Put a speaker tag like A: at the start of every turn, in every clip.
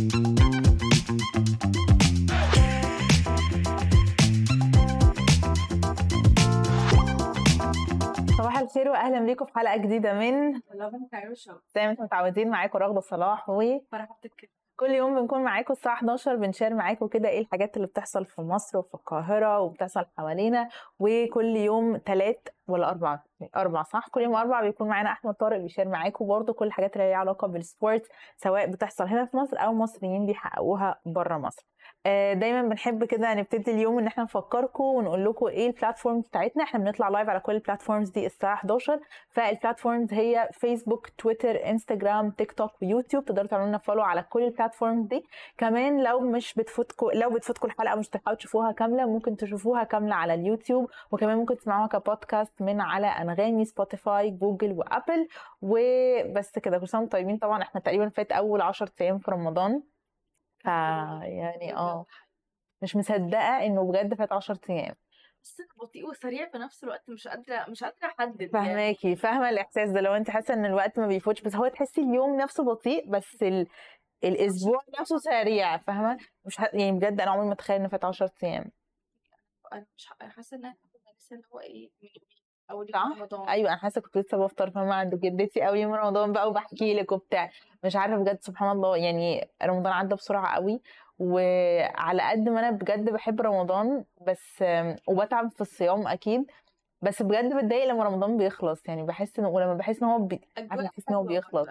A: صباح الخير واهلا بيكم في حلقه جديده من
B: لافن كايرو شو.
A: زي ما انتم متعودين معاكم رغده صلاح
B: فرحة بتتكلم
A: كل يوم بنكون معاكم الساعه 11 بنشير معاكم كده ايه الحاجات اللي بتحصل في مصر وفي القاهره وبتحصل حوالينا. وكل يوم 3 ولا 4 صح، كل يوم 4 بيكون معانا احمد طارق بيشير معاكم برضو كل الحاجات اللي ليها علاقه بالسبورت، سواء بتحصل هنا في مصر او مصريين بيحققوها بره مصر. دايما بنحب كده نبتدي اليوم ان احنا نفكركم ونقول لكم ايه البلاتفورمز بتاعتنا. احنا بنطلع لايف على كل البلاتفورمز دي الساعه 11. فالبلاتفورمز هي فيسبوك، تويتر، انستجرام، تيك توك ويوتيوب. تقدروا تعملوا لنا فولو على كل البلاتفورمز دي. كمان لو بتفوتكم الحلقه مش تلحقوا تشوفوها كامله، ممكن تشوفوها كامله على اليوتيوب، وكمان ممكن تسمعوها كبودكاست من على انغامي، سبوتيفاي، جوجل وابل. وبس كده، كل سنه وانتم طيبين. طبعا احنا تقريبا فات اول 10 ايام في رمضان، يعني مش مصدقه انه بجد فات 10 ايام.
B: بس بطيء وسريع في نفس الوقت، مش قادرة احدد.
A: فهماكي
B: يعني
A: فاهمه الاحساس ده، لو انت حاسه ان الوقت ما بيفوتش، بس هو تحسي اليوم نفسه بطيء، بس الاسبوع نفسه سريع. فاهمه؟ مش يعني بجد انا عمري ما اتخيل ان فات 10 ايام.
B: انا مش حاسة ان احنا كنا لسه اللي هو ايه من اول
A: صح؟
B: رمضان.
A: ايوه انا حاسه كنت لسه بفطر فاهمه عند جدتي اول يوم رمضان بقى وبحكي لك وبتاع. مش عارفه بجد، سبحان الله، يعني رمضان عدى بسرعه قوي. وعلى قد ما انا بجد بحب رمضان بس وبتعب في الصيام اكيد، بس بجد بتضايق لما رمضان بيخلص. يعني بحس انه ولما بحس ان هو عارفه بحس ان هو بيخلص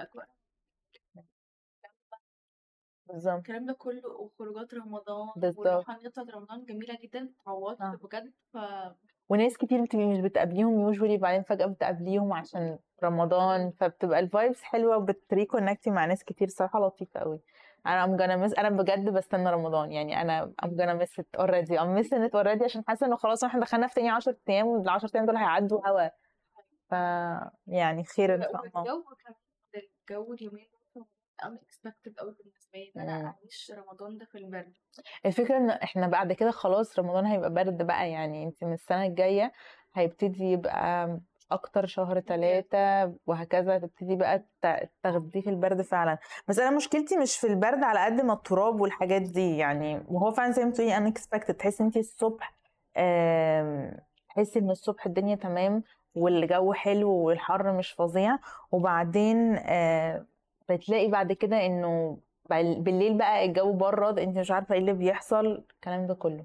A: بالظبط.
B: الكلام ده كله وخروجات رمضان
A: بالظبط
B: والروحانية بتاعت رمضان جميلة جدا، اتعوضت بجد.
A: وناس كتير بتبقي مش بتقابليهم يوجولي، بعدين فجأة بتقابليهم عشان رمضان، فبتبقى الفايبس حلوة وبتريكونكتي مع ناس كتير. صراحة لطيفة قوي. انا بجد بستنى رمضان. يعني انا I'm gonna miss it already. I'm missing it already عشان حاسة انه خلاص احنا دخلنا في تاني 10 ايام، وال10 ايام دول هيعدوا هوا. ف يعني خير ان شاء الله.
B: والجو كمان، الجو اليومين دول unexpected قوي بالنسبة لي ان انا اعيش رمضان ده في البرد.
A: الفكرة ان احنا بعد كده خلاص رمضان هيبقى برد بقى. يعني انت من السنة الجاية هيبتدي يبقى اكتر شهر 3 وهكذا، تبتدي بقى تاخديه في البرد فعلا. بس انا مشكلتي مش في البرد على قد ما التراب والحاجات دي. يعني وهو فعلا زي ما تقولي unexpected. تحسي انت الصبح تحسي ان الصبح الدنيا تمام والجو حلو والحر مش فظيع، وبعدين بتلاقي بعد كده انه بالليل بقى الجو برد، انت مش عارفه ايه اللي بيحصل الكلام ده كله.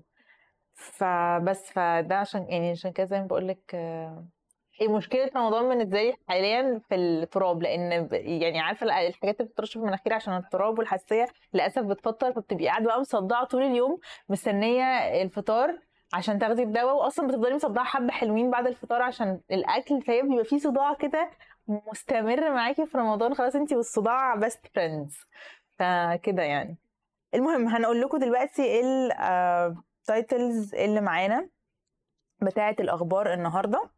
A: فده عشان كده زي ما بقول لك هي مشكله رمضان بالنسبه لي حاليا في التراب. لان يعني عارفه الحاجات اللي بترش في المناخير عشان التراب والحساسيه للاسف بتفطر، فبتبقي قاعده بقى مصدعه طول اليوم مستنيه الفطار عشان تاخدي الدواء، واصلا بتفضلي مصدعه حبه حلوين بعد الفطار عشان الاكل. فبيبقى فيه صداع كده مستمر معاكي في رمضان. خلاص انتي والصداع بست فريندز. فكده يعني. المهم هنقول لكم دلوقتي التايتلز اللي معانا بتاعه الاخبار النهارده.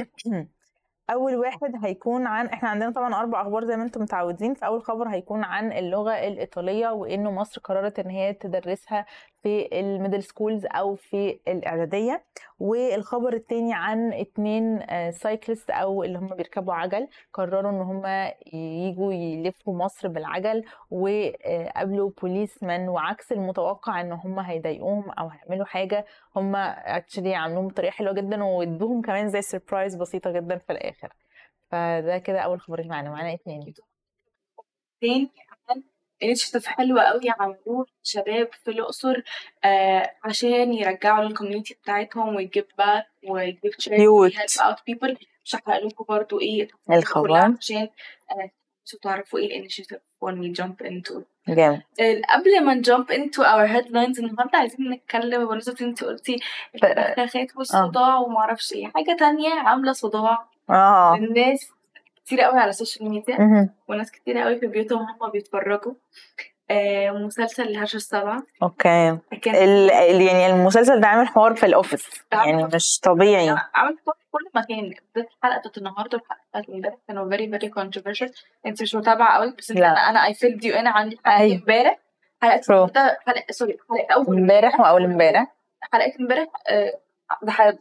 A: اول واحد هيكون عن احنا عندنا طبعا 4 اخبار زي ما انتم متعودين. فاول خبر هيكون عن اللغه الايطاليه، وانه مصر قررت ان هي تدرسها في الميدل سكولز او في الاعداديه. والخبر الثاني عن 2 سايكلست او اللي هم بيركبوا عجل، قرروا ان هم ييجوا يلفوا مصر بالعجل وقابلوا بوليسمان، وعكس المتوقع ان هم هيضايقوهم او هيعملوا حاجه، هم اكشلي عاملوهم بطريقه حلوه جدا وادوهم كمان زي سربرايز بسيطه جدا في الاخر. فده كده اول خبرين معانا 2
B: تاني كمان انشيتيف حلوة قوي عملوه شباب في الأقصر عشان يرجعوا للكوميونتي بتاعتهم ويجيب باك ويجيب
A: كيوت.
B: help out people. مش هحرق لكم برضو ايه
A: الخبر
B: كلها عشان تعرفوا ايه الانشيتيف when we jump into
A: جامد.
B: قبل ما jump into our headlines النهارده عايزين نتكلم بنسبة انت قلتي البخاخات والصداع ومعرفش ايه حاجة تانية عاملة صداع للناس كتير قوي على السوشيال ميديا وناس كتير قوي في بيوتهم هم بيتفرجوا. مسلسل الهرشة السابعة.
A: اوكي. يعني المسلسل ده عامل حوار في الاوفيس، يعني مش طبيعي.
B: عامل حوار في كل مكان. الحلقة بتاعت النهارده والحلقة بتاعت امبارح كانوا very very controversial. انت مش متابعة قوي بس انا I felt you. انا عندي حلقة امبارح، حلقة النهارده، حلقة اول
A: امبارح واول امبارح،
B: حلقة امبارح ده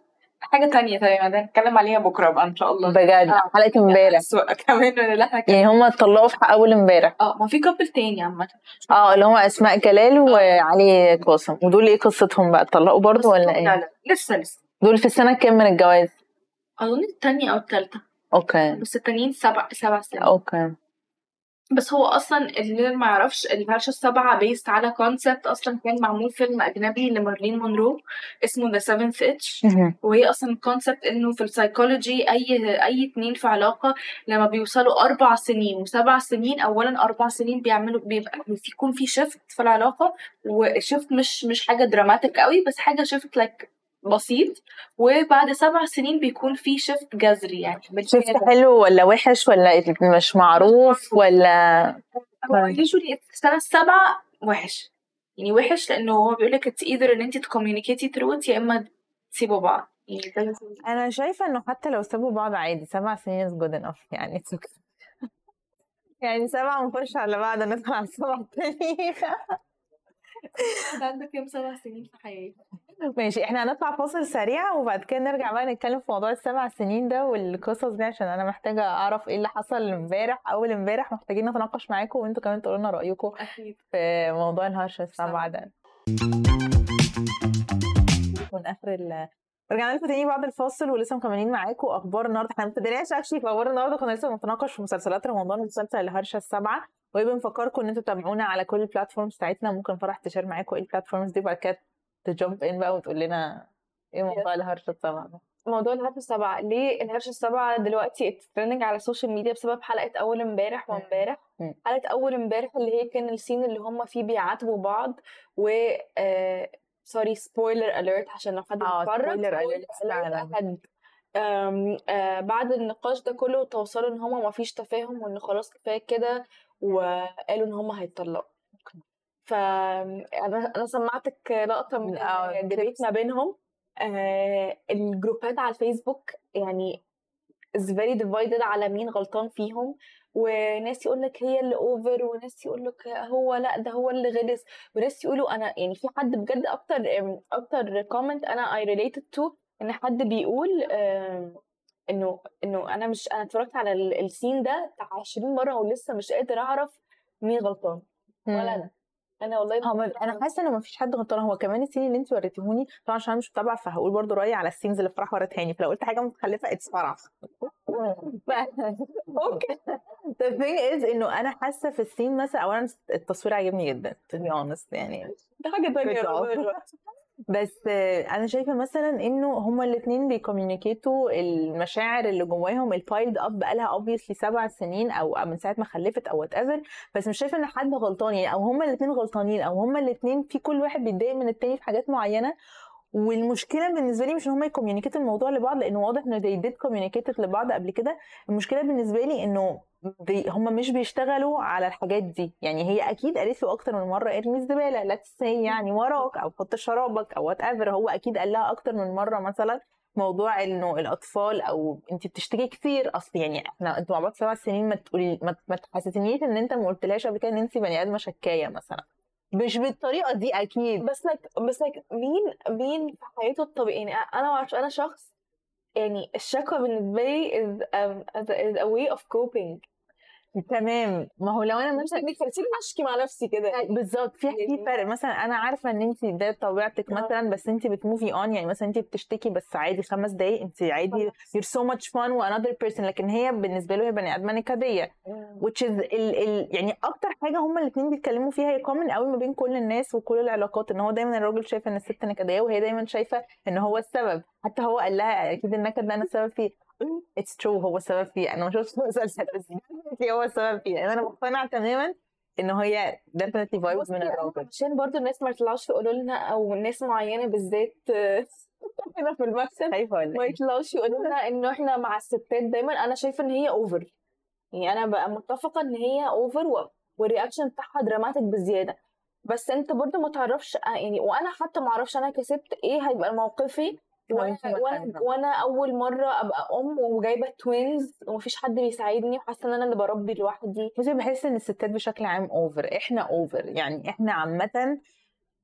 B: حاجه تانية تمام هنتكلم عليها بكره بقى ان شاء الله
A: بجد حلقه امبارح
B: كمان من اللي احنا
A: يعني هما اتطلقوا في اول امبارح
B: ما في كابل تاني عامه
A: اللي هما اسماء جلال وعلي قاسم. ودول ايه قصتهم بقى؟ اتطلقوا برضو ولا ايه؟
B: لا لسه
A: دول في السنه كام من الجواز؟
B: اظن التانية او التالتة.
A: اوكي
B: بس التانيين 7 سنين.
A: اوكي.
B: بس هو اصلا اللي ما يعرفش الهرشة السبعة بيست على كونسبت اصلا كان معمول فيلم اجنبي لمارلين مونرو اسمه The Seventh Itch. وهي اصلا الكونسبت انه في السايكولوجي اي اتنين في علاقة لما بيوصلوا 4 سنين و7 سنين، اولا 4 سنين بيبقى بيكون في شيفت في العلاقة، وشيفت مش حاجة دراماتيك قوي بس حاجة شيفت بسيط، وبعد 7 سنين بيكون في شيفت جذري. يعني
A: شيفت حلو ولا وحش ولا مش معروف ولا
B: يوجولي السنة السابعة وحش، يعني وحش لأنه هو بيقولك it's either ان انتي تكوميونيكيتي through it يا اما تسيبوا بعض. يعني
A: انا شايفة انه حتى لو سابوا بعض عادي 7 سنين is good enough يعني يعني 7 ونخش على بعض ندخل على 7 التاني.
B: عندك كام 7 سنين في حياتي؟
A: ماشي احنا هنطلع فاصل سريع وبعد كده نرجع بقى نتكلم في موضوع ال7 سنين ده والقصص دي، عشان انا محتاجة اعرف ايه اللي حصل امبارح. اول امبارح محتاجين نتناقش معاكم وانتوا كمان تقولوا لنا رأيكم في موضوع الهرشة السبعة ده. من اخر رجعنا لكم تاني بعد الفاصل ولسه مكملين معاكم اخبار النهارده. احنا ما ابتديناش اكشلي في اخبار النهارده، كنا لسه بنتناقش في مسلسلات رمضان ومسلسل الهرشه السبعه، وبنفكركم ان انتوا تتابعونا على كل البلاتفورمز بتاعتنا. ممكن فرح تشير معاكم ايه البلاتفورمز دي وبعد كده تجمب ان بقى وتقول لنا ايه موضوع الهرشه السبعه ده.
B: موضوع الهرشة السبعة ليه الهرشة السبعة دلوقتي ترندنج على السوشيال ميديا بسبب حلقة أول امبارح وامبارح. حلقة أول امبارح اللي هي كان السين اللي هم فيه بيعاتبوا بعض و سوري سبويلر اليرت عشان لو حد بيتفرج بعد النقاش ده كله توصلوا ان هما مفيش تفاهم وان خلاص كفايه كده وقالوا ان هما هيتطلقوا. فانا سمعتك لقطه من الديبيت ما بينهم. الجروبات على الفيسبوك يعني is very divided على مين غلطان فيهم، وناس يقول لك هي اللي اوفر وناس يقول لك هو لا ده هو اللي غلس، وناس يقولوا انا يعني في حد بجد اكتر كومنت انا I related to ان حد بيقول انه انا اتفرجت على السين ده بتاع 20 مره ولسه مش قادر اعرف مين غلطان ولا انا والله
A: انا حاسه ان مفيش حد غلطان. هو كمان السين اللي انت وريتيهوني طبعا عشان انا مش متابعه فهقول برضو رايي على السينز اللي فرح وريتهاني، فلو قلت حاجه متخلفه اتس فرح. اوكي. the thing is انه انا حاسه في السين مثلا اولا التصوير عجبني جدا to be honest يعني
B: ده حاجه تانية
A: بس انا شايفه مثلا انه هما الاثنين بيكوميونيكيتوا المشاعر اللي جواهم البايلد اب بقالها obviously 7 سنين او من ساعه ما خلفت او وات ايفر. بس مش شايفه ان حد غلطان يعني، او هما الاثنين غلطانين او هما الاثنين في كل واحد بيتضايق من التاني في حاجات معينه. والمشكله بالنسبه لي مش ان هم يكوميونيكيتوا الموضوع لبعض لانه واضح انه they did communicate لبعض قبل كده. المشكله بالنسبه لي انه هم مش بيشتغلوا على الحاجات دي. يعني هي اكيد قالت له اكتر من مره ارمي الزباله ليتس سي يعني وراك او حط شرابك او وات ايفر. هو اكيد قال لها اكتر من مره مثلا موضوع انه الاطفال او انت بتشتكي كتير. اصل يعني احنا انتوا مع بعض 7 سنين ما تقولي ما تحسسنيش ان انت ما قلتلهاش قبل كده ان انت بني ادمه شكايه مثلا، مش بالطريقه دي اكيد.
B: بس مين في حياته الطبيعي يعني انا شخص يعني الشكوى بالنسبه لي is a way of coping.
A: تمام. ما هو لو انا مثلا
B: بتخليني اشكي مع نفسي كده
A: بالظبط في فرق. مثلا انا عارفه ان انت ده طبيعتك مثلا بس انت بتموفي اون. يعني مثلا انت بتشتكي بس عادي 5 دقايق انت عادي you're so much fun و another person. لكن هي بالنسبه له هي بني ادمه نكديه which is يعني اكتر حاجه هما الاثنين بيتكلموا فيها هي common قوي ما بين كل الناس وكل العلاقات. ان هو دايما الراجل شايف ان الست نكديه وهي دايما شايفه ان هو السبب. حتى هو قال لها اكيد النكد ده انا السبب فيه. it's true هو السبب فيه. انا ما شفتش مسلسل بس هو السبب فيه. انا مقتنعه تماما انه هي definitely vibe من الراجل.
B: عشان برضو الناس ما يطلعوش يقولوا لنا او ناس معينه بالذات هنا في المكتب ما يطلعوش يقولوا لنا انه احنا مع الستات دايما. انا شايفه ان هي اوفر، يعني انا بقى متفقه ان هي اوفر والرياكشن بتاعها دراماتيك بزياده. بس انت برضو ما تعرفش يعني، وانا حتى ما اعرفش انا كسبت ايه هيبقى موقفي وانا اول مره ابقى وجايبه توينز ومفيش حد بيساعدني وحاسه ان انا اللي بربي لوحدي.
A: بصي بحس ان الستات بشكل عام اوفر. احنا اوفر يعني احنا عامه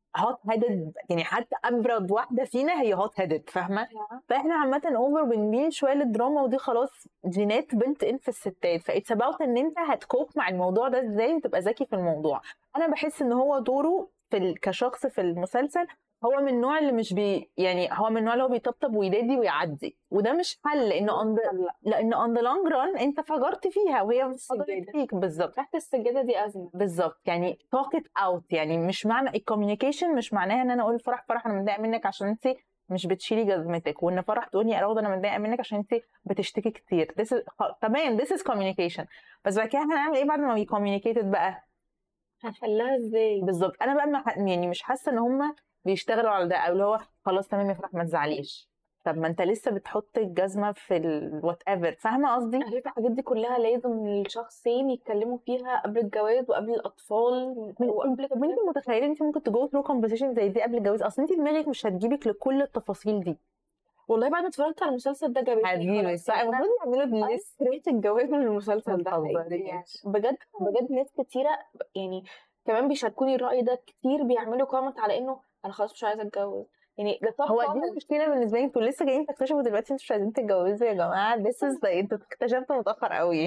A: هوت هيدد، يعني حتى ابرد واحده فينا هي هوت هيدد، فاهمه؟ فاحنا عامه اوفر بنميل شويه للدراما، ودي خلاص جينات بنت ان في الستات، فايتس اباوت ان انت هتكوب مع الموضوع ده ازاي وتبقى ذكي في الموضوع. انا بحس ان هو دوره كشخص في المسلسل هو من النوع اللي مش يعني هو من النوع اللي هو بيطبطب ويدادي ويعدي، وده مش حل، لانه on the long run انت فجرت فيها وهي فجرت فيك. بالظبط،
B: تحت السجاده دي ازمه.
A: بالظبط، يعني talk it out. يعني مش معنى الكوميونيكيشن مش معناها ان انا اقول فرح انا متضايقه منك عشان انت مش بتشيلي جزمتك، وان فرح تقولي يا روضه انا متضايقه منك عشان انت بتشتكي كتير. تمام this is communication. بس بعد كده هنعمل ايه بعد ما we communicated بقى؟
B: هنحلها ازاي؟
A: بالظبط. انا بقى يعني مش حاسه ان هم بيشتغلوا على ده، او اللي هو خلاص تمام يا فرح ما تزعليش. طب ما انت لسه بتحط الجزمه في الوات ايفر، فاهمه قصدي؟
B: الحاجات دي كلها لازم الشخصين يتكلموا فيها قبل الجواز وقبل الاطفال وقبل.
A: طب انت متخيله انت ممكن تجو ثرو كونفرسيشن زي دي قبل الجواز؟ اصل انت دماغك مش هتجيبك لكل التفاصيل دي.
B: والله بعد ما اتفرجت على المسلسل ده جابتني
A: هتجيبك صح، المفروض يعملوا
B: كرهت الجواز من المسلسل ده
A: يعني
B: بجد بجد. ناس كتيره يعني كمان بيشاركوني الرأي ده كتير، بيعملوا كومنت على انه انا خلاص مش عايزه اتجوز. يعني ده
A: هو دي المشكله بالنسبه لي، انتوا لسه جايين تكتشفوا دلوقتي انتوا مش عايزين تتجوزوا يا جماعه. انتوا اكتشفتوا متاخر قوي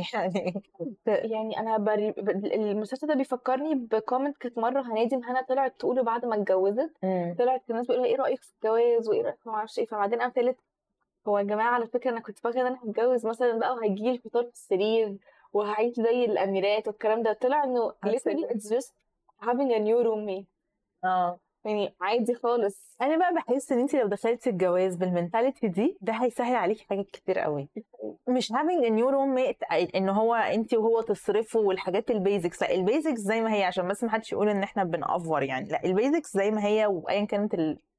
B: يعني انا المسلسل ده بيفكرني بكومنت كانت مره هنادي هنا طلعت تقوله بعد ما اتجوزت. طلعت الناس بيقولوا ايه رايك في الجواز وايه رايك في ما اعرفش ايه، فبعدين قامت قالت هو يا جماعه على فكره انا كنت فاكره ان انا هتجوز مثلا بقى وهيجي لي الفطار في السرير وهعيش زي الاميرات والكلام ده. طلع انه literally it's just having a new roommate. يعني عادي خالص.
A: انا بقى بحس ان انت لو دخلتي الجواز بالمنتاليتي دي ده هيسهل عليكي حاجات كتير قوي. مش having a new roommate ان هو انت وهو تصرفوا والحاجات البيزكس، لا البيزكس زي ما هي عشان بس ما حدش يقول ان احنا بنأفور يعني، لا البيزكس زي ما هي، وايا كانت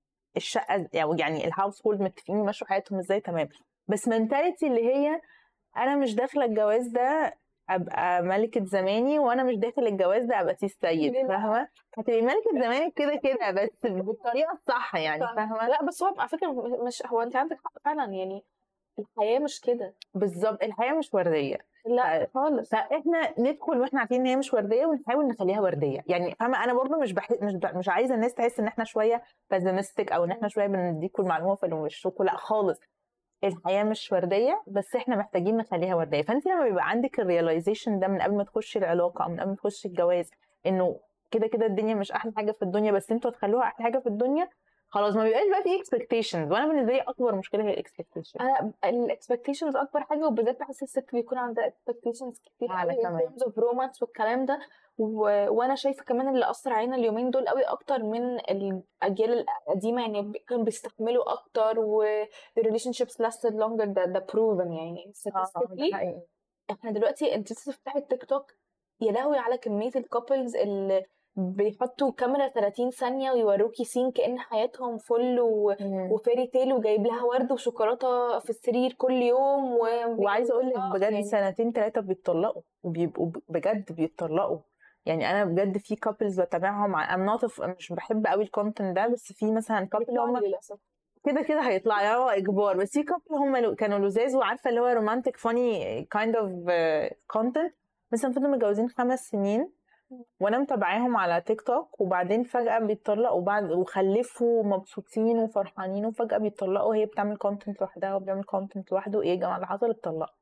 A: الشقه يعني الهاوس هولد متفقين يمشوا حياتهم ازاي تمام. بس منتاليتي اللي هي انا مش داخله الجواز ده ابقى ملكه زماني، وانا مش داخل الجواز ده ابقى سيس سيد، فاهمه؟ هتبقي ملكه زمانك كده كده بس بالطريقه الصح يعني، فاهمه؟
B: لا بس هو على فكره مش هو انت عندك حق فعلا. يعني الحياه مش كده.
A: بالظبط، الحياه مش ورديه
B: لا خالص.
A: فاحنا ندخل واحنا عارفين ان هي مش ورديه ونحاول نخليها ورديه يعني، فاهمه؟ انا برضو مش عايزه الناس تحس ان احنا شويه بازمستك او ان احنا شويه بنديكوا المعلومه في وشكوا، لا خالص. الحياه مش ورديه بس احنا محتاجين نخليها ورديه. فانت لما بيبقى عندك الريلايزيشن ده من قبل ما تخشي العلاقه او من قبل ما تخشي الجواز انه كده كده الدنيا مش احلى حاجه في الدنيا بس انتوا هتخلوها احلى حاجه في الدنيا، خلاص ما بيبقاش بقى في اكسبكتيشنز. وانا بالنسبه لي اكبر مشكله هي الاكسبكتيشن.
B: انا الاكسبكتيشنز اكبر حاجه، وبالذات بحس الست بيكون عندها اكسبكتيشنز كتير
A: على كمان
B: terms of romance والكلام ده. وانا شايفه كمان اللي اثر علينا اليومين دول قوي اكتر من الاجيال القديمه. يعني كانوا بيستحملوا اكتر و the relationships lasted longer. ده proven يعني statistically. احنا دلوقتي انت تفتحي التيك توك يا لهوي على كميه الكابلز اللي بيحطوا كاميرا 30 ثانية ويوروكي سين كأن حياتهم فل وفيري تيل وجايب لها ورد وشوكولاتة في السرير كل يوم
A: وعايزة اقول لك بجد يعني 2-3 بيتطلقوا وبيبقوا بجد بيتطلقوا. يعني انا بجد في كابلز بتابعهم مش بحب قوي الكونتنت ده، بس في مثلا كابل هم كده كده هيطلع هو اجبار، بس في كابل هم كانوا لزاز وعارفه اللي هو رومانتك فاني كايند اوف كونتنت، مثلا فضلوا متجوزين 5 سنين وانا متابعاهم على تيك توك، وبعدين فجأة بيتطلقوا بعد وخلفوا مبسوطين وفرحانين وفجأة بيتطلقوا. هي بتعمل كونتنت لوحدها وبيعمل كونتنت لوحده. ايه يا جماعة اللي حصل؟ اتطلقوا.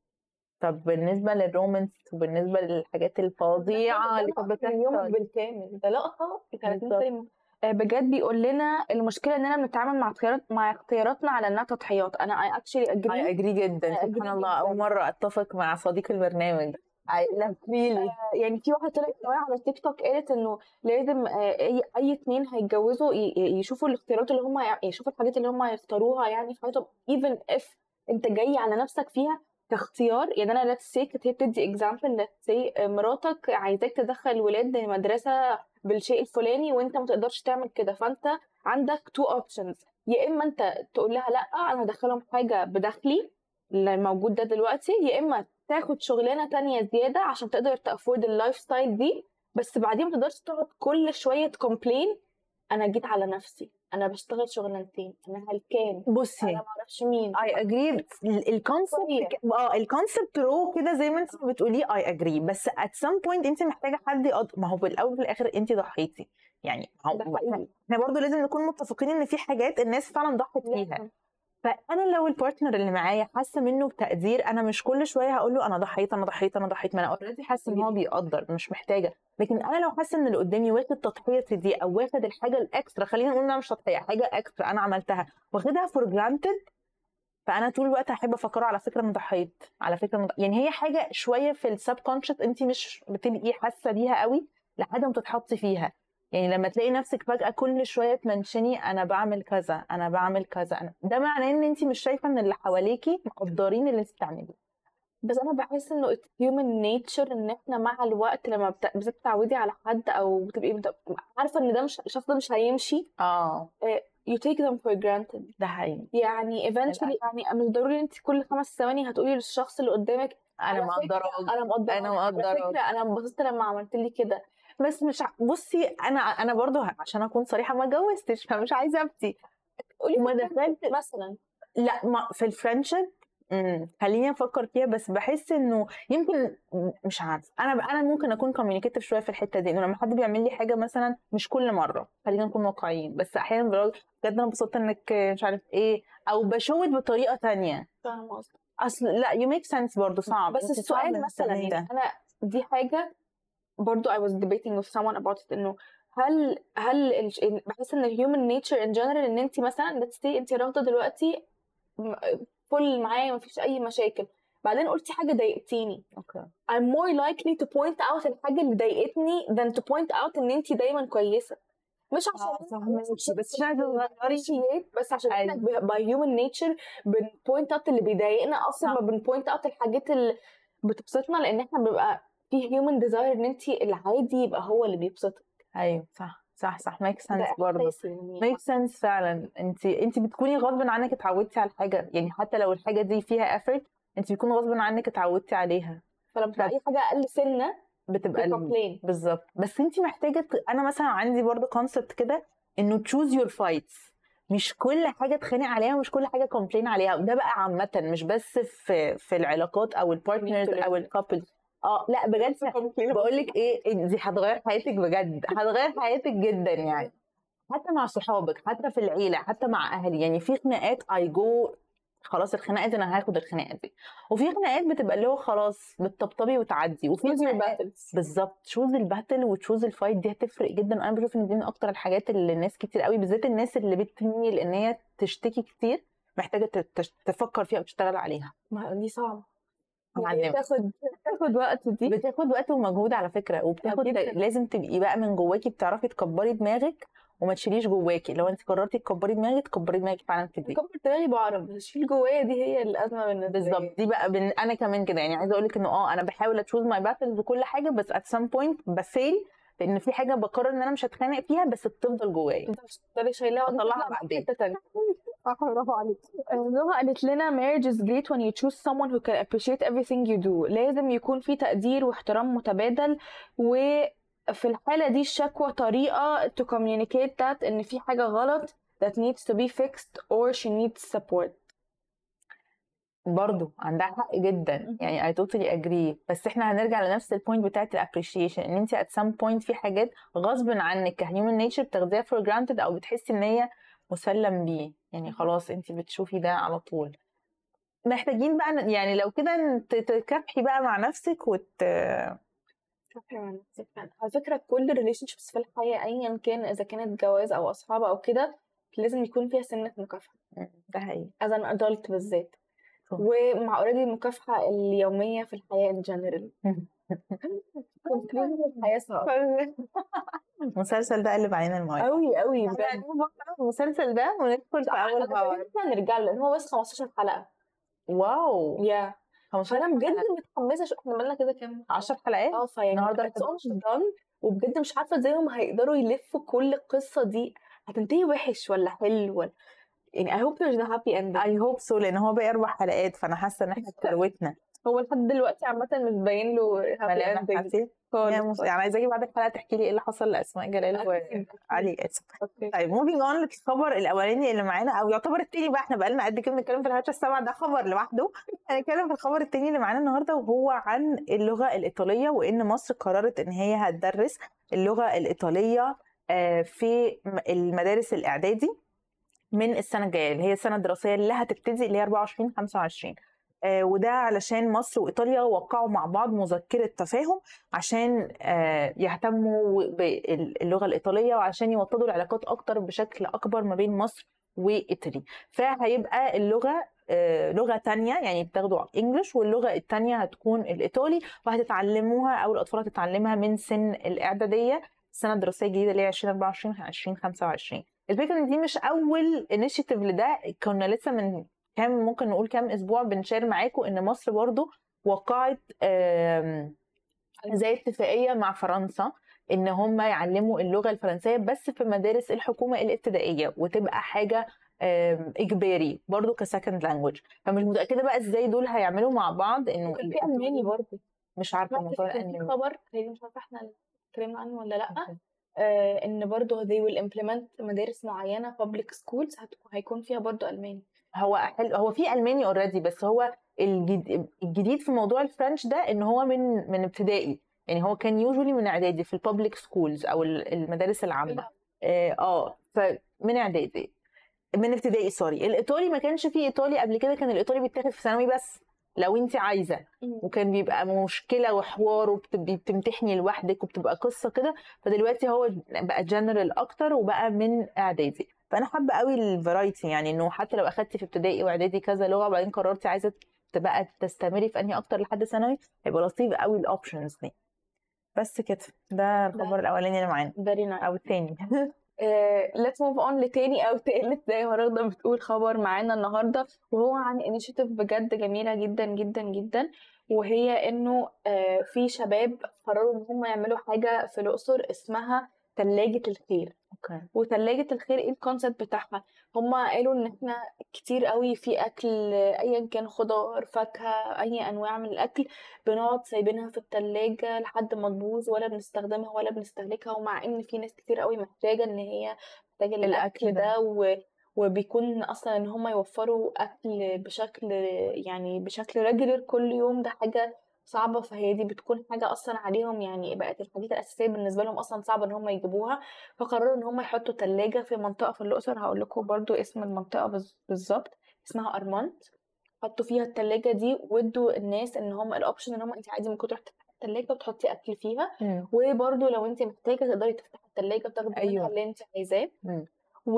A: طب بالنسبة للرومانس وبالنسبة للحاجات الفظيعة اللي كانت بتحصل
B: يوم بالكامل ده لقطة في 30 بجد بيقول لنا المشكلة اننا بنتعامل مع اختياراتنا على انها تضحيات. انا I
A: agree جدا. سبحان الله اول مرة اتفق مع صديق البرنامج.
B: يعني في واحدة طلعت على تيك توك قالت انه لازم اي اتنين هيتجوزوا يشوفوا الاختيارات اللي هم يشوفوا الحاجات اللي هم هيختاروها يعني في حياتهم even if انت جاي على نفسك فيها كاختيار. يعني انا let's say كانت هي بتدي example let's say مراتك عايزاك تدخل ولاد مدرسة بالشيء الفلاني وانت ما تقدرش تعمل كده، فانت عندك two options. يا اما انت تقول لها لا انا هدخلهم حاجة بدخلي اللي موجود ده دلوقتي، يا اما تاخد شغلانه تانية زياده عشان تقدر تافورد اللايف ستايل دي، بس بعدين ما تقدرش تقعد كل شويه تكومبلين انا جيت على نفسي، انا بشتغل شغلانتين، انا هلكان،
A: بصي
B: انا معرفش مين.
A: I agree. الكونسبت الكونسبت رو كده زي ما انت بتقولي I agree، بس at some point انت محتاجه حد ما هو بالاول وفي الاخر انت ضحيتي يعني.
B: ده حقيقي.
A: احنا برضو لازم نكون متفقين ان في حاجات الناس فعلا ضحت فيها. فانا لو البارتنر اللي معايا حاسه منه بتقدير، انا مش كل شويه هقول له انا ضحيت انا ضحيت انا ضحيت، ما انا اوريدي حاسه ان هو بيقدر، مش محتاجه. لكن انا لو حاسه ان اللي قدامي واخد تضحيتي دي او واخد الحاجه الاكسترا، خلينا نقول انها مش تضحيه، حاجه اكسترا انا عملتها واخدها فور جرانتد، فانا طول الوقت هحب افكره على فكره انا ضحيت، على فكره يعني هي حاجه شويه في السب كونشس انت مش بتبقي حاسه بيها قوي لحد ما تتحطي فيها. يعني لما تلاقي نفسك فجاه كل شويه تمنشني انا بعمل كذا انا بعمل كذا انا، ده معناه ان انت مش شايفه ان اللي حواليكي مقدرين اللي انت بتعمليه.
B: بس انا بحس انه human nature ان احنا مع الوقت لما بالذات بتتعودي على حد او بتبقي عارفه ان ده مش الشخص ده مش هيمشي، you take them for granted.
A: ده حقيقي.
B: يعني eventually يعني مش ضروري انت كل 5 ثواني هتقولي للشخص اللي قدامك
A: انا مقدره
B: على فكره انا انبسطت لما عملت لي كده.
A: بس مش بصي انا برضو عشان اكون صريحه ما اتجوزتش فمش عايزه ابتي.
B: قولي
A: ما دخلت
B: مثلا
A: لا ما في الفرنشيب خليني افكر فيها، بس بحس انه يمكن مش عارف، انا ممكن اكون كوميونيكيتيف شويه في الحته دي، انه لما حد بيعمل لي حاجه مثلا مش كل مره، خلينا نكون واقعيين، بس احيانا بجد انا انبسطت انك مش عارف ايه، او بشوت بطريقه تانية.
B: فاهمه قصدك.
A: اصل لا يو ميك سنس برضه صعب.
B: بس السؤال مثلا يعني انا دي حاجه برضو I was debating with someone about it انه هل بحس ان human nature in general ان انت مثلا let's say انت راضيه دلوقتي فل معايا مفيش اي مشاكل، بعدين قلتي حاجه ضايقتيني، I'm more likely to point out الحاجه اللي ضايقتني than to point out ان انت دايما كويسه. مش عشان
A: بس
B: عشان احنا by human nature بنبوينت اوت اللي بيضايقنا اصلا ما بنبوينت اوت الحاجات اللي بتبسطنا، لان احنا بنبقى في human desire ان انت العادي يبقى هو اللي بيبسطك.
A: ايوه صح ميك سنس برضه، ميك سنس فعلا. انت بتكوني غصب عنك اتعودتي على الحاجه، يعني حتى لو الحاجه دي فيها effort انت بيكون غصب عنك اتعودتي عليها،
B: فلما اي حاجه اقل سنه
A: بتبقى بالظبط. بس انت محتاجه انا مثلا عندي برضه كونسبت كده انه choose your fights، مش كل حاجه تخانق عليها ومش كل حاجه كومبلين عليها، وده بقى عامه مش بس في العلاقات او البارتنرز او الكابل. لا بجد بقول لك ايه، دي هتغير حياتك بجد، هتغير حياتك جدا يعني، حتى مع صحابك، حتى في العيله، حتى مع اهلي. يعني في خناقات اي جو خلاص الخناقه دي انا هاخد الخناقه دي، وفي خناقات بتبقى اللي هو خلاص بتطبطبي وتعدي، وفي بالظبط تشوز الباتل وتشوز الفايت، دي هتفرق جدا. انا بشوف ان دي من اكتر الحاجات اللي الناس كتير قوي بالذات الناس اللي بتميل ان هي تشتكي كتير محتاجه تفكر فيها وتشتغل عليها.
B: ما دي صعبه يعني بتاخد وقت، دي
A: بتاخد وقت ومجهود على فكره، وبتاخد لازم تبقي بقى من جواكي بتعرفي تكبري دماغك وما تشيليش جواكي. لو انت قررتي تكبري دماغك فعلا في دي.
B: كبر دماغي بعرف، بس اشيل جوايا دي هي الازمه بالنسبه لي.
A: بالظبط، دي بقى انا كمان كده يعني، عايزه اقول لك انه انا بحاول اتشوز ماي باتلز وكل حاجه، بس ات سام بوينت بفيل، لان في حاجه بقرر ان انا مش هتخانق فيها بس بتفضل جوايا،
B: تفضلي شايلاها
A: وتطلعها بعدين.
B: برافو عليك. نوها قالت لنا marriage is great when you choose someone who can appreciate everything you do. لازم يكون في تقدير واحترام متبادل، وفي الحالة دي الشكوى طريقة to communicate that ان في حاجة غلط that needs to be fixed or she needs support.
A: برضو عندها حق جدا يعني I totally agree. بس احنا هنرجع لنفس البوينت بتاعت الابريشيشن، ان انت at some point في حاجات غصب عنك كهيومن نيتشر بتاخديها for granted او بتحسي ان هي مسلم بيه، يعني خلاص انت بتشوفي ده على طول. محتاجين بقى يعني لو كده تكافحي بقى مع نفسك
B: على فكرة كل relationships في الحياة ايا كان اذا كانت جواز او اصحاب او كده لازم يكون فيها سنة مكافحة.
A: ده حقيقي
B: as an adult بالذات، ومع اوريدي المكافحة اليومية في الحياة in general. الحياة صعبة.
A: المسلسل ده قلب علينا المواعيد
B: قوي
A: المسلسل ده وندخل في اول باور
B: نرجع له، هو بس 15 حلقة.
A: واو
B: يا
A: 15
B: انا بجد متحمسه. شو احنا بقالنا كده كام
A: 10 حلقات
B: فيعني
A: النهارده
B: وبجد مش عارفه ازاي هم هيقدروا يلفوا كل القصه دي، هتنتهي وحش ولا حلو ولا يعني I hope there's a happy ending.
A: I hope so، لان هو بقى 4 حلقات فانا حاسه ان احنا اتكروتنا.
B: هو لحد دلوقتي عامه مش باين له happy ending. خالص.
A: يعني عايزاكي بعد الحلقه تحكي لي ايه اللي حصل لاسماء جلال وعلي اسف. طيب موفينج اون للخبر الاولاني اللي معانا، او يعتبر التاني بقى، احنا بقالنا قد كده بنتكلم في الهاتش السبع، ده خبر لوحده. هنتكلم في الخبر التاني اللي معانا النهارده، وهو عن اللغه الايطاليه، وان مصر قررت ان هي هتدرس اللغه الايطاليه في المدارس الاعدادي من السنه الجايه، اللي هي السنه الدراسيه اللي هتبتدي، اللي هي 24/25. وده علشان مصر وايطاليا وقعوا مع بعض مذكره تفاهم عشان يهتموا باللغه الايطاليه، وعشان يوطدوا العلاقات اكتر بشكل اكبر ما بين مصر وايطاليا. فهيبقى اللغه لغه تانية، يعني بتاخدوا انجلش، واللغه التانية هتكون الايطالي، وهتتعلموها او الاطفال هتتعلمها من سن الاعداديه السنه الدراسيه الجديده اللي هي 2024/2025. الفكره ان دي مش اول انيشيتيف لده، كنا لسه من ممكن نقول كام اسبوع بنشير معاكم ان مصر برضو وقعت زي اتفاقيه مع فرنسا ان هم يعلموا اللغه الفرنسيه بس في مدارس الحكومه الابتدائيه، وتبقى حاجه اجباري برضو كسكند لانجوج. فمش متاكده بقى ازاي دول هيعملوا مع بعض. انه
B: في الماني برضه،
A: مش عارفه موضوع
B: الالماني في خبر مش عارفه احنا اتكلمنا عنه ولا لا. ان برضه they will implement مدارس معينه public schools هيكون فيها برضه الماني.
A: هو في الماني اوريدي، بس هو الجديد في موضوع الفرنش ده ان هو من ابتدائي، يعني هو كان يوجولي من اعدادي في البابليك سكولز او المدارس العامه. فمن اعدادي، من ابتدائي سوري. الايطالي ما كانش فيه ايطالي قبل كده، كان الايطالي بيتاخد في ثانوي بس لو انت عايزه، وكان بيبقى مشكله وحوار، وبتمتحني لوحدك وبتبقى قصه كده. فدلوقتي هو بقى جنرال اكتر، وبقى من اعدادي. فانا حابه قوي الفرايتي، يعني انه حتى لو اخدتي في ابتدائي واعدادي كذا لغه، وبعدين قررتي عايزه تبقى تستمري في انهي اكتر لحد ثانوي، هيبقى لطيف قوي الاوبشنز دي. بس كده، ده الخبر الاولاني اللي معانا او الثاني.
B: let's move on لتاني او تالت زي ما رغدة بتقول خبر معانا النهارده، وهو عن initiative بجد جميله جدا جدا جدا. وهي انه في شباب قرروا ان هم يعملوا حاجه في الاقصر اسمها ثلاجه الخير. وثلاجه الخير ايه الكونسيبت بتاعها؟ هم قالوا ان احنا كتير قوي في اكل ايا كان خضار فاكهه اي انواع من الاكل بنقعد سايبينها في الثلاجه لحد ما تبوظ، ولا بنستخدمها ولا بنستهلكها. ومع ان في ناس كتير قوي محتاجه ان هي محتاجه الاكل ده وبيكون اصلا ان هم يوفروا اكل بشكل ريجولر كل يوم، ده حاجه صعبه. فهي دي بتكون حاجه اصلا عليهم، يعني بقت الحاجات الاساسيه بالنسبه لهم اصلا صعبه ان هم يجيبوها. فقرروا ان هم يحطوا ثلاجه في منطقه في الاقصر، هقول لكم برضو اسم المنطقه بالظبط، اسمها ارمنت. حطوا فيها الثلاجه دي، وادوا الناس ان هم الاوبشن ان هم انت عادي ممكن تروحي تفتحي الثلاجه وتحطي اكل فيها. وبرضو لو انت محتاجه تقدري تفتحي الثلاجه وتاخدي منها اللي انت عايزاه. و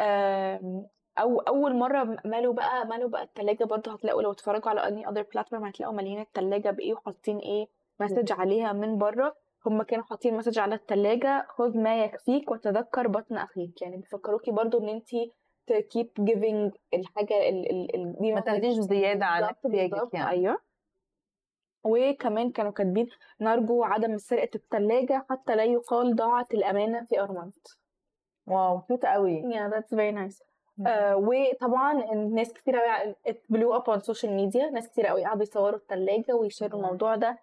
B: او اول مره مالوا بقى الثلاجه. برضو هتلاقوا لو اتفرجوا على اني اذر بلاتفورم هتلاقوا مالين الثلاجه بايه وحاطين ايه مسج عليها من بره. هم كانوا حاطين مسج على الثلاجه: خذ ما يكفيك وتذكر بطن اخيك. يعني بيفكروكي برضو ان انت keep giving الحاجه دي
A: ما تاخديش زياده عن احتياجك يعني.
B: ايوه. وكمان كانوا كاتبين: نرجو عدم سرقه الثلاجه حتى لا يقال ضاعت الامانه في ارمنت.
A: واو كيوت قوي.
B: yeah that's very nice. وطبعا الناس كتير قوي بلو اب اون سوشيال ميديا، ناس كتير قوي قعدوا يصوروا الثلاجه ويشيروا الموضوع ده.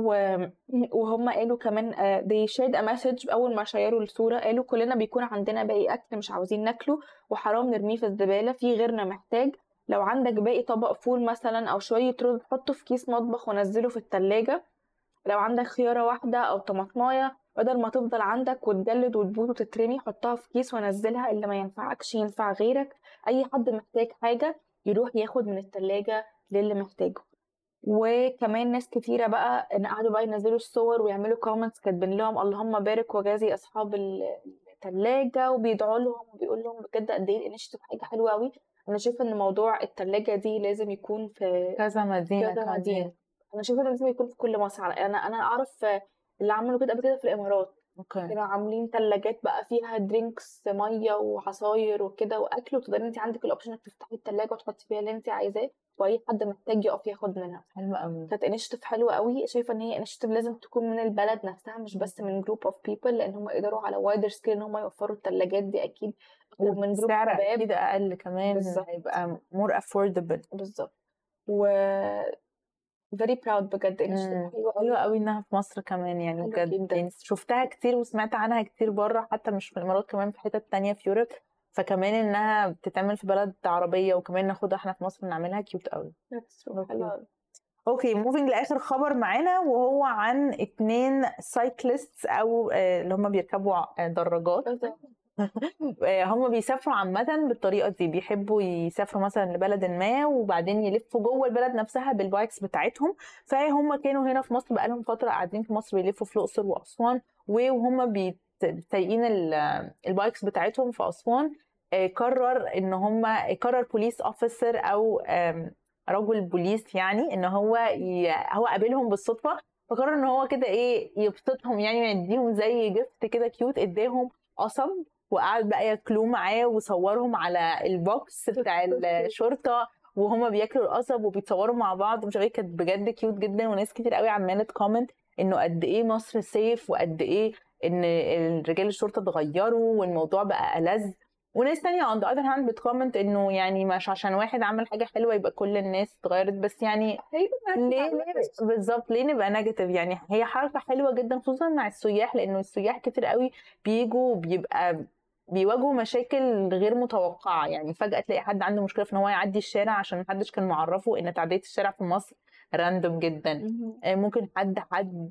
B: وهم قالوا كمان they shared a message. اول ما شيروا الصوره قالوا: كلنا بيكون عندنا باقي اكل مش عاوزين ناكله، وحرام نرميه في الزباله، في غيرنا محتاج. لو عندك باقي طبق فول مثلا او شويه رز حطه في كيس مطبخ ونزله في الثلاجه. لو عندك خياره واحده او طماطمايه بدل ما تفضل عندك وتجلد وتبوظ وتترمي، حطها في كيس ونزلها، اللي ما ينفعكش ينفع غيرك. اي حد محتاج حاجه يروح ياخد من الثلاجه للي محتاجه. وكمان ناس كتيره بقى ان قعدوا بقى ينزلوا الصور ويعملوا كومنتس كاتبين لهم: اللهم بارك وجازي اصحاب الثلاجه، وبيدعوا لهم وبيقول لهم بجد قد ايه الانشيتيف حاجه حلوه قوي. انا شايفه ان موضوع الثلاجه دي لازم يكون في
A: كذا مدينه.
B: انا شايفه ان لازم يكون في كل مصر. انا اعرف اللي عملوا كده قبل كده في الامارات. كانوا عاملين ثلاجات بقى فيها درينكس ميه وعصاير وكده واكل، وتقدري انت عندك الاوبشن انك تفتحي الثلاجه وتحطي فيها اللي انت عايزاه، واي حد محتاج يقف ياخد منها.
A: حلوه قوي.
B: كانت انشيتيف حلوه قوي. شايفه ان هي انشيتيف لازم تكون من البلد نفسها مش بس من جروب اوف بيبل، لان هم يقدروا على وايدر سكيل ان هم يوفروا الثلاجات دي اكيد
A: من جروب سعر اكيد اقل كمان. هيبقى مور افوردبل.
B: بالظبط. very proud بجد.
A: حلوة قوي انها في مصر كمان يعني بجد. يعني شفتها كتير وسمعت عنها كتير بره، حتى مش في الامارات، كمان في حتت تانية في يوروب. فكمان انها بتتعمل في بلد عربية وكمان ناخدها احنا في مصر نعملها كيوت قوي. اوكي موفينج لاخر خبر معانا، وهو عن 2 سايكليستس او اللي هم بيركبوا دراجات. هم بيسافروا عامة بالطريقة دي، بيحبوا يسافروا مثلا لبلد ما وبعدين يلفوا جوه البلد نفسها بالبايكس بتاعتهم. فهم كانوا هنا في مصر بقالهم فترة قاعدين في مصر بيلفوا في الأقصر وأسوان، وهم سايقين البايكس بتاعتهم في أسوان. قرر بوليس اوفيسر او رجل بوليس يعني ان هو قابلهم بالصدفة، فقرر ان هو كده يبسطهم يعني، يديهم زي جفت كده كيوت، اداهم قصب وقعد بقى ياكلوه معاه وصورهم على البوكس بتاع الشرطه وهما بياكلوا القصب وبيتصوروا مع بعض. مش عارفه، كانت بجد كيوت جدا، وناس كتير قوي عماله تكومنت انه قد ايه مصر سيف وقد ايه ان رجال الشرطه اتغيروا والموضوع بقى ألذ. وناس تانية on the other hand بتكومنت انه يعني مش عشان واحد عمل حاجه حلوه يبقى كل الناس اتغيرت، بس يعني ليه بالظبط ليه نبقى نيجاتيف؟ يعني هي حركه حلوه جدا خصوصا مع السياح، لانه السياح كتير قوي بيجوا بيواجهوا مشاكل غير متوقعه. يعني فجاه تلاقي حد عنده مشكله في ان هو يعدي الشارع عشان محدش كان معرفه ان تعديه الشارع في مصر راندوم جدا. ممكن حد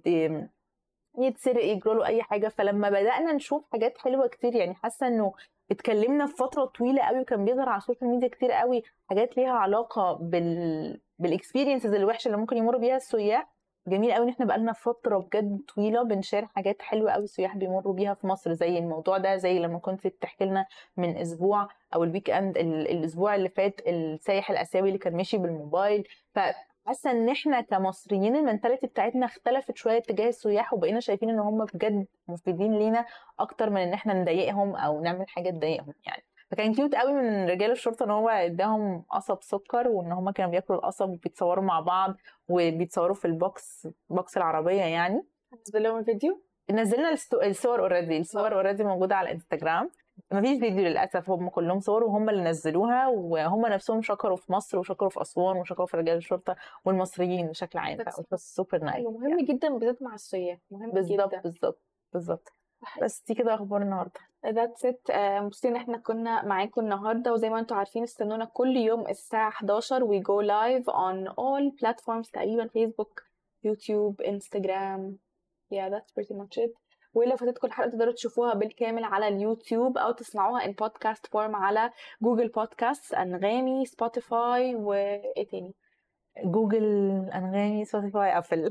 A: يتسرق، يجراله اي حاجه. فلما بدانا نشوف حاجات حلوه كتير، يعني حاسه انه اتكلمنا في فتره طويله قوي وكان بيظهر على السوشيال ميديا كتير قوي حاجات ليها علاقه بالاكسبيرينسز الوحشه اللي ممكن يمروا بيها السياح. جميل قوي ان احنا بقالنا فتره بجد طويله بنشير حاجات حلوه قوي السياح بيمروا بيها في مصر، زي الموضوع ده، زي لما كنت بتحكي لنا من اسبوع او الويك اند الاسبوع اللي فات السايح الاسيوي اللي كان ماشي بالموبايل. حاسه ان احنا كمصريين المنتاليتي بتاعتنا اختلفت شويه تجاه السياح، وبقينا شايفين ان هم بجد مفيدين لينا اكتر من ان احنا نضايقهم او نعمل حاجه تضايقهم يعني. فكان كيوت قوي من رجال الشرطه ان هو اداهم قصب سكر، وان هم كانوا بياكلوا القصب وبيتصوروا مع بعض وبيتصوروا في بوكس العربيه يعني.
B: نزلوا الفيديو،
A: نزلنا الصور اوريدي، موجوده على الانستغرام. مفيش فيديو للاسف، هم كلهم صور وهم اللي نزلوها، وهم نفسهم شكروا في مصر وشكروا في اسوان وشكروا في رجال الشرطه والمصريين بشكل عام. بس سوبر نايس،
B: مهم يعني. جدا بالذات مع السياح، مهم جدا.
A: بالظبط. بس دي كده اخبار النهارده.
B: That's it. مبسوطين ان احنا كنا معاكم النهارده، وزي ما انتم عارفين استنونا كل يوم الساعه 11 we go live on all platforms تقريبا، فيسبوك، يوتيوب، انستجرام. yeah that's pretty much it. ولو فاتتكم الحلقه تقدروا تشوفوها بالكامل على اليوتيوب او تسمعوها in podcast form على جوجل بودكاست، انغامي، سبوتيفاي، وايه تاني؟
A: جوجل، انغامي، سبوتيفاي، ابل.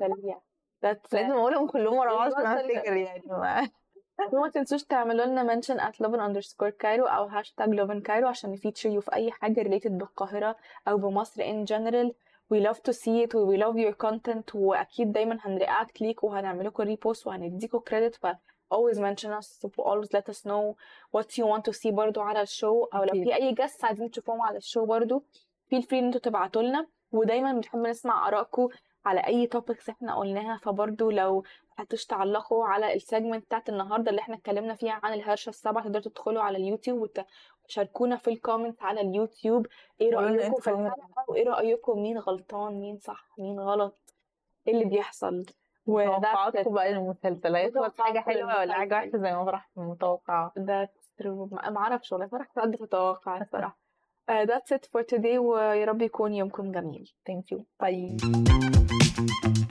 A: لازم اقولهم كلهم ورا بعض عشان افتكر يعني.
B: وما تنسوش تعملوا لنا mention at lovin_cairo او #lovincairo عشان نفيتشر يو في اي حاجه related بالقاهره او بمصر in general. we love to see it we love your content، واكيد دايما هنرياكت ليك وهنعملكوا ريبوست وهنديكوا كريدت. ف always mention us, always let us know what you want to see برضو على الشو، او لو في اي guests عايزين تشوفوهم على الشو برضو feel free ان انتوا تبعتوا لنا. ودايما بنحب نسمع ارائكم على اي topics احنا قلناها. فبرضو لو هتعلقوا على السيجمنت بتاعت النهارده اللي احنا اتكلمنا فيها عن الهرشه السبعه، تقدروا تدخلوا على اليوتيوب وتشاركونا في الكومنت على اليوتيوب ايه رايكم في الحلقه، وايه رايكم مين غلطان مين صح مين غلط، ايه اللي بيحصل،
A: وتوقعاتكم بقى المسلسلات حاجه حلوه ولا حاجه وحشه زي ما فرحت متوقعه.
B: ده ما اعرفش والله، فرحت قد اتوقع الصراحه. That's it for today، ويا رب يكون يومكم جميل.
A: Thank you. Bye.